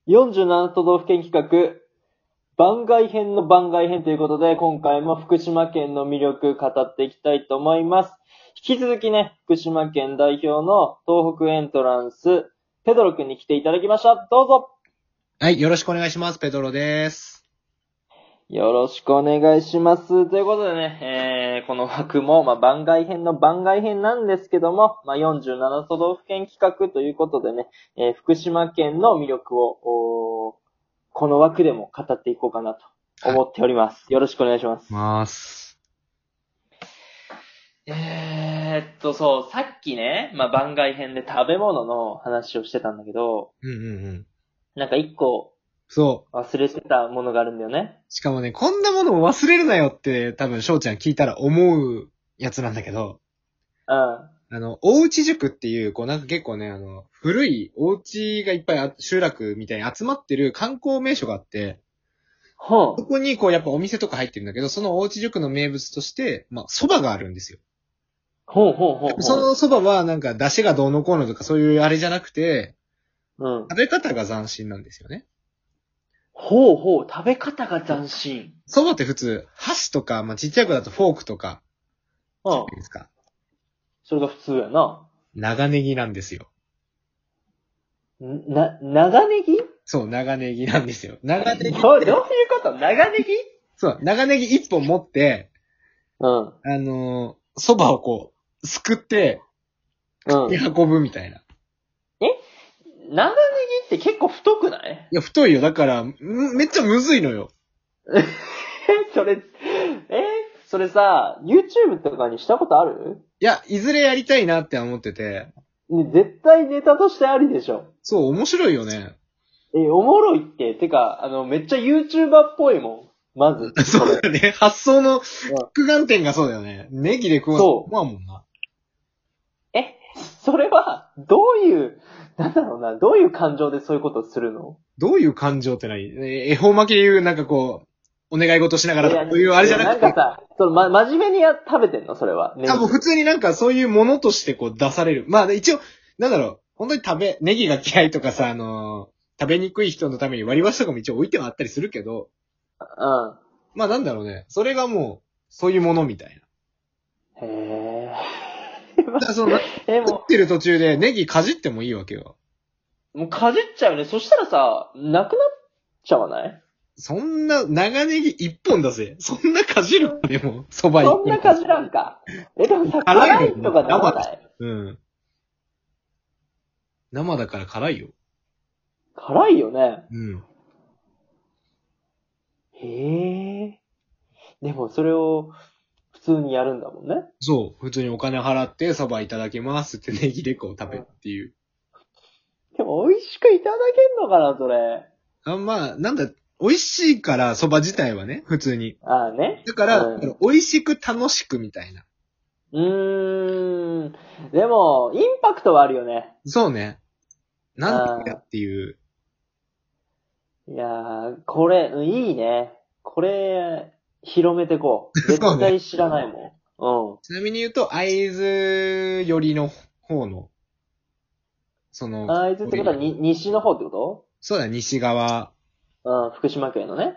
47都道府県企画、番外編の番外編ということで、今回も福島県の魅力語っていきたいと思います。引き続きね、福島県代表の東北エントランス、ペドロ君に来ていただきました。どうぞ。 はい、よろしくお願いします。ペドロです。 よろしくお願いします。ということでね、この枠も、番外編の番外編なんですけども、47都道府県企画ということでね、福島県の魅力を、この枠でも語っていこうかなと思っております。よろしくお願いします。そう、さっきね、番外編で食べ物の話をしてたんだけど、なんか一個、忘れてたものがあるんだよね。 しかもね、こんなものを忘れるなよって多分翔ちゃん聞いたら思うやつなんだけど、大内塾っていう、なんか結構ね、古いお家がいっぱい集落みたいに集まってる観光名所があって、そこにやっぱお店とか入ってるんだけど、その大内塾の名物として、蕎麦があるんですよ。その蕎麦はなんか出汁がどうのこうのとかそういうあれじゃなくて、食べ方が斬新なんですよね。 食べ方が斬新。 蕎麦って普通、箸とか、ちっちゃい子だとフォークとか、じゃないですか。 それが普通やな。 長ネギなんですよ。 長ネギ？ そう、長ネギなんですよ。長ネギ。 どういうこと？長ネギ？ そう、長ネギ一本持って、蕎麦をすくって、運ぶみたいな。 長ネギって結構太くない？ いや、太いよ。だから、めっちゃむずいのよ。 それさ、YouTube とかにしたことある？ いや、いずれやりたいなって思ってて。 絶対ネタとしてありでしょ。 そう、面白いよね。 おもろいって。てか、めっちゃ YouTuber っぽいもん。まず。 そうだね。発想の着眼点がそうだよね。ネギで食うのうまいもんな。 それは、どういう感情でそういうことするの？ どういう感情って何？恵方巻きで言う、お願い事しながら、そういうあれじゃなくて。 なんかさ、真面目に食べてんのそれは。 もう普通にそういうものとして出される。一応、本当にネギが嫌いとかさ、食べにくい人のために割り箸とかも一応置いてはあったりするけど。それがもう、そういうものみたいな。食ってる途中でネギかじってもいいわけよ。 もうかじっちゃうね。そしたらさ、なくなっちゃわない？ そんな、長ネギ一本だぜ。そんなかじるかでも、蕎麦一本。 そんなかじらんか。でもさ、辛いとかならない？ 生だから辛いよ。 辛いよね。へえ。でもそれを普通にやるんだもんね。 そう。普通にお金払って蕎麦いただきますってネギで食べるっていう。 でも美味しくいただけんのかな、それ。 美味しいから蕎麦自体はね、普通に。 ね。 だから、美味しく楽しくみたいな。 でも、インパクトはあるよね。 そうね。なんでやっていう。 いやー、これ、いいね。これ、広めてこう。絶対知らないもん。 ちなみに言うと、会津寄りの方の、 会津ってことは西の方ってこと？ そうだ、西側。 福島県のね。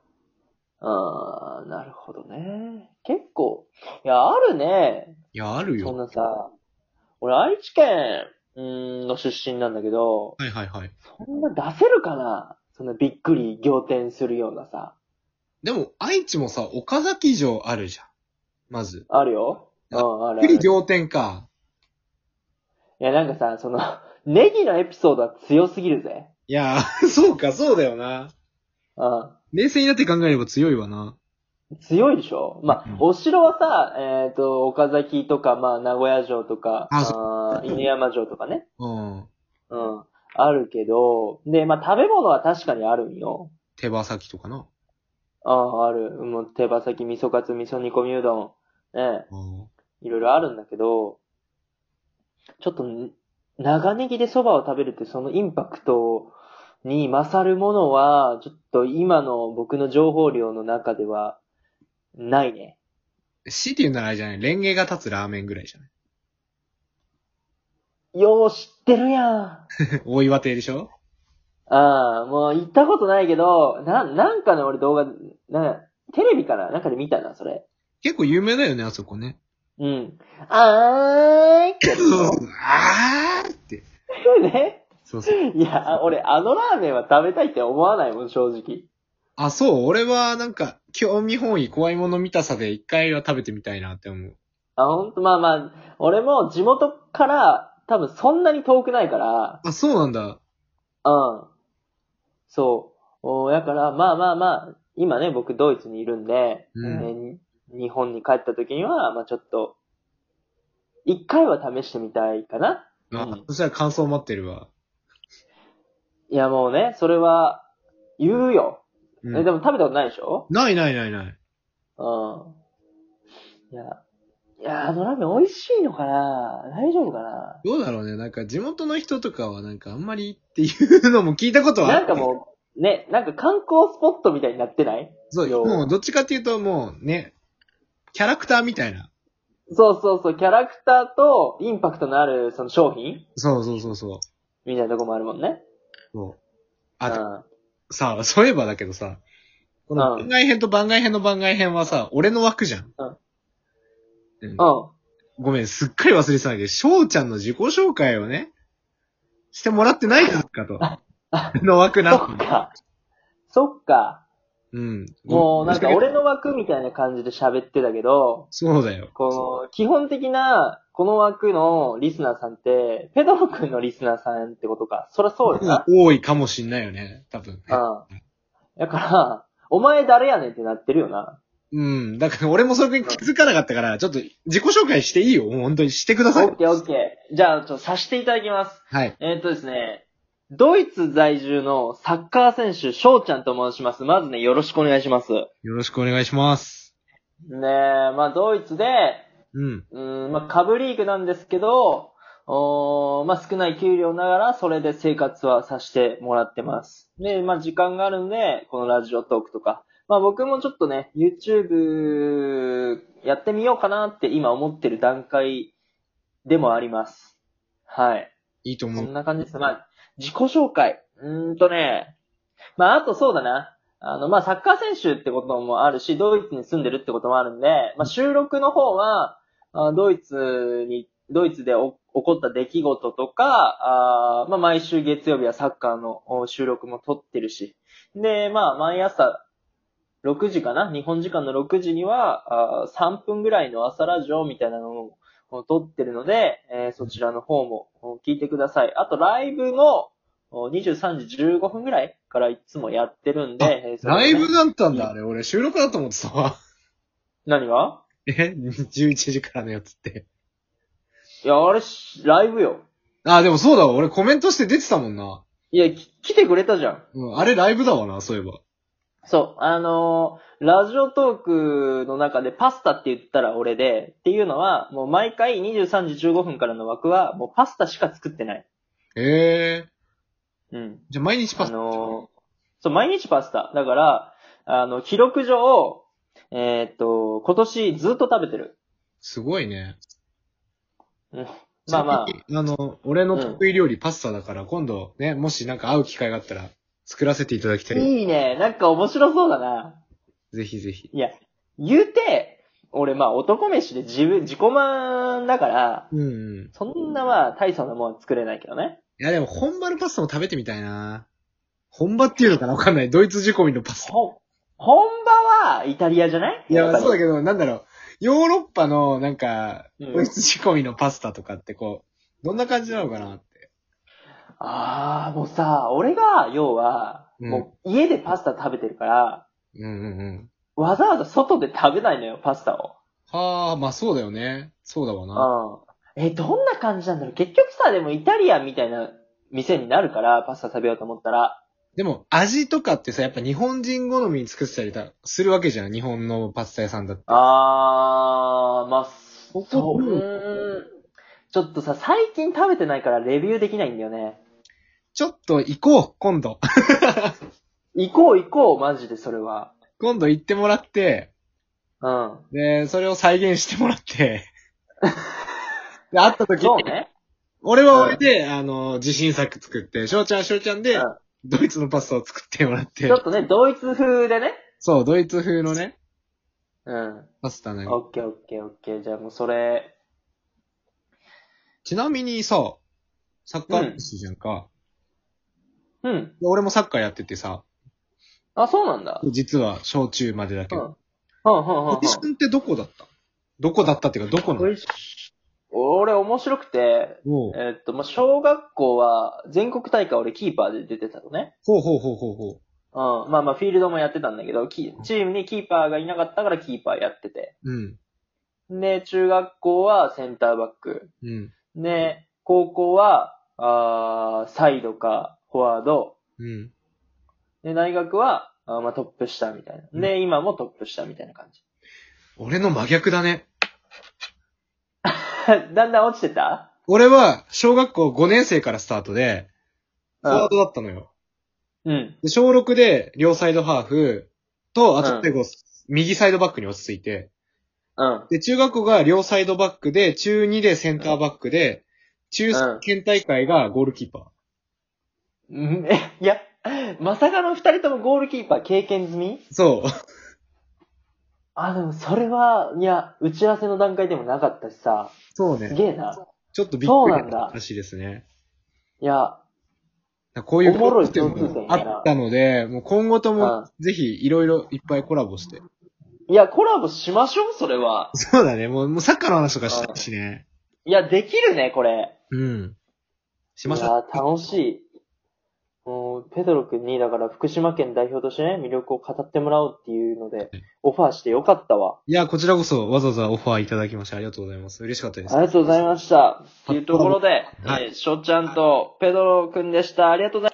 なるほどね。結構、いや、あるね。 いや、あるよ。 そんなさ、俺愛知県、の出身なんだけど、そんな出せるかな？そんなびっくり仰天するようなさ。 でも、愛知もさ、岡崎城あるじゃん。まず。 あるよ。ある。 びっくり仰天か。 いや、なんかさ、ネギのエピソードは強すぎるぜ。 いや、そうか、そうだよな。冷静になって考えれば強いわな。 強いでしょ？お城はさ、岡崎とか、名古屋城とか、犬山城とかね。あるけど、で、食べ物は確かにあるんよ。 手羽先とかな。 ある。もう手羽先、味噌カツ、味噌煮込みうどん。ね。いろいろあるんだけど、ちょっと、長ネギで蕎麦を食べるってそのインパクトに勝るものは、ちょっと今の僕の情報量の中では、ないね。 強いて言うならあれじゃない？レンゲが立つラーメンぐらいじゃない？ よー知ってるやん。 大岩亭でしょ？ もう行ったことないけど、なんかね、俺動画、テレビかななんかで見たな、それ。 結構有名だよね、あそこね。 うん。あーいってやつ。 あーって。 ね。 そうそう。 いや、俺、あのラーメンは食べたいって思わないもん、正直。 あ、そう、俺はなんか、興味本位怖いもの見たさで一回は食べてみたいなって思う。 ほんと、まあまあ、俺も地元から多分そんなに遠くないから、 あ、そうなんだ。 うん。そう。だから、まあまあまあ、今ね、僕ドイツにいるんで、 うん。 日本に帰った時には、まあちょっと、一回は試してみたいかな。うあ、 ん。 そしたら感想待ってるわ。 いやもうね、それは、言うよ。 うん。 でも食べたことないでしょ？ ないないないない。 うん。いや、あのラーメン美味しいのかな？大丈夫かな？ どうだろうね。なんか地元の人とかはなんかあんまりっていうのも聞いたことはあなんかる。 もう、ね、なんか観光スポットみたいになってない？ そう、 要は。 もうどっちかっていうともうね、キャラクターみたいな。 そうそうそう、キャラクターとインパクトのあるその商品そうそうそうそう。 みたいなとこもあるもんね。 そう。 うあ、 ん。 さあ、そういえばだけどさ、この番うん。 外編と番外編の番外編はさ、俺の枠じゃん。 うん。 うん。 うん。 ごめん、すっかり忘れてたんだけど、翔ちゃんの自己紹介をね、してもらってないですかと。 あ、 俺の枠そな。 っか。そっか。 うん。ごめん、 もうなんか申し訳ない。 俺の枠みたいな感じで喋ってたけど、 そうだよ。 この、基本的な、この枠のリスナーさんって、ペドロ君のリスナーさんってことか。そりゃそうよな。 多いかもしんないよね、多分。 うん。だから、お前誰やねんってなってるよな。 うん。だから俺もそれに気づかなかったから、ちょっと自己紹介していいよ。もう本当にしてください。 オッケーオッケー。じゃあ、ちょっとさせていただきます。 はい。 ですね、ドイツ在住のサッカー選手、翔ちゃんと申します。まずね、よろしくお願いします。 よろしくお願いします。 ねえ、まあドイツで、 うん。 まあ下部リーグなんですけど、まあ少ない給料ながら、それで生活はさせてもらってます。で、まあ時間があるんで、このラジオトークとか、まあ僕もちょっとね、YouTube やってみようかなって今思ってる段階でもあります。はい。 いいと思う。 そんな感じです。まあ、自己紹介。まああとそうだな。まあサッカー選手ってこともあるし、ドイツに住んでるってこともあるんで、まあ収録の方は、ドイツで起こった出来事とか、まあ毎週月曜日はサッカーの収録も撮ってるし。で、まあ毎朝6時かな日本時間の6時には、3分ぐらいの朝ラジオみたいなのを撮ってるので、そちらの方も聞いてください。あとライブも23時15分ぐらいからいつもやってるんあ、 で、 ライブだったんだ、 うんあれ。俺収録だと思ってたわ。 何が？ 11時からのやつって。 いや、あれ、ライブよ。 あ、でもそうだわ。俺コメントして出てたもんな。 いや、来てくれたじゃん。 うん、あれライブだわな、そういえば。 そう、ラジオトークの中でパスタって言ったら俺で、っていうのは、もう毎回23時15分からの枠は、もうパスタしか作ってない。 へえ。 うん。 じゃあ毎日パス。 そう、毎日パスタ。だから、記録上、今年ずっと食べてる。 すごいね。 うん。まあま俺の得意料理パスタだから、今度ね、もしなんか会う機会があったら、作らせていただきたあ、 い。 いいね。なんか面白そうだな。 ぜひぜひ。 いや、言うて、俺まあ男飯で自己満だから、 うんうん。 そんなまあ大層なもんは作れないけどね。 いやでも本場のパスタも食べてみたいな。本場っていうのかなわかんない。ドイツ仕込みのパスタ。 本場はイタリアじゃない？ いや、そうだけけど、なんだろう。ヨーロッパの、なんか、 うんドイツ仕込みのパスタとかってこう、どんな感じなのかなって。 もうさ、俺が、要は、 うんもう家でパスタ食べてるから、 うんうんうん。 わざわざ外で食べないのよ、パスタを。 はあ、まあそうだよね。そうだわな。 どんな感じなんだろう。結局さ、でもイタリアンみたいな店になるから、パスタ食べようと思ったら。 でも、味とかってさ、やっぱ日本人好みに作ってたりするわけじゃん。日本のパスタ屋さんだって。 まあ、そう、ちょっとさ、最近食べてないからレビューできないんだよね。 ちょっと行こう、今度。 行こう、マジでそれは。 今度行ってもらって、 うん。 で、それを再現してもらって、で、会った時そうね。 俺は俺で、自信作作って、翔ちゃんで、 ドイツのパスタを作ってもらって。 ちょっとね、ドイツ風でね。 そう、ドイツ風のね。 うん。 パスタね。 オッケーオッケーオッケー。じゃあもうそれ。 ちなみにさ、サッカーしじゃんか。 うん。 俺もサッカーやっててさ。 あ、そうなんだ。 実は、小中までだけど。 うん。小石君ってどこだった？どこだったっていうか、どこなの？ 俺面白くて、まあ、小学校は全国大会俺キーパーで出てたのね。 ほうほうほうほうほう。 うん。まあまあフィールドもやってたんだけど、チームにキーパーがいなかったからキーパーやってて。 うん。 で、中学校はセンターバック。 うん。 で、高校は、サイドかフォワード。 うん。 で、大学は、まあトップ下みたいな。で、今もトップ下みたいな感じ。 俺の真逆だね。 だんだん落ちてた？ 俺は、小学校5年生からスタートで、フォワードだったのよ。 うん。 で小6で両サイドハーフと、あと最後、右サイドバックに落ち着いて、 うん。 で、中学校が両サイドバックで、中2でセンターバックで、中3県大会がゴールキーパー。 うん、いや、まさかの2人ともゴールキーパー経験済み？ そう。 あ、でもそれは、いや、打ち合わせの段階でもなかったしさ。 そうね。 すげえな。 ちょっとびっくりだらしいですね。 いや、 こういうおもろい共通点あったので、もう今後ともぜひいろいろいっぱいコラボして。 いや、コラボしましょう、それは。 そうだね。もうサッカーの話とかしたいしね。 いや、できるね、これ。 うん。しましょう。 いや、楽しい。もう、ペドロ君に、だから福島県代表としてね、魅力を語ってもらおうっていうので、オファーしてよかったわ。 いや、こちらこそわざわざオファーいただきましてありがとうございます。嬉しかったです。 ありがとうございました。っていうところで、しょっちゃんとペドロ君でした。ありがとうございました。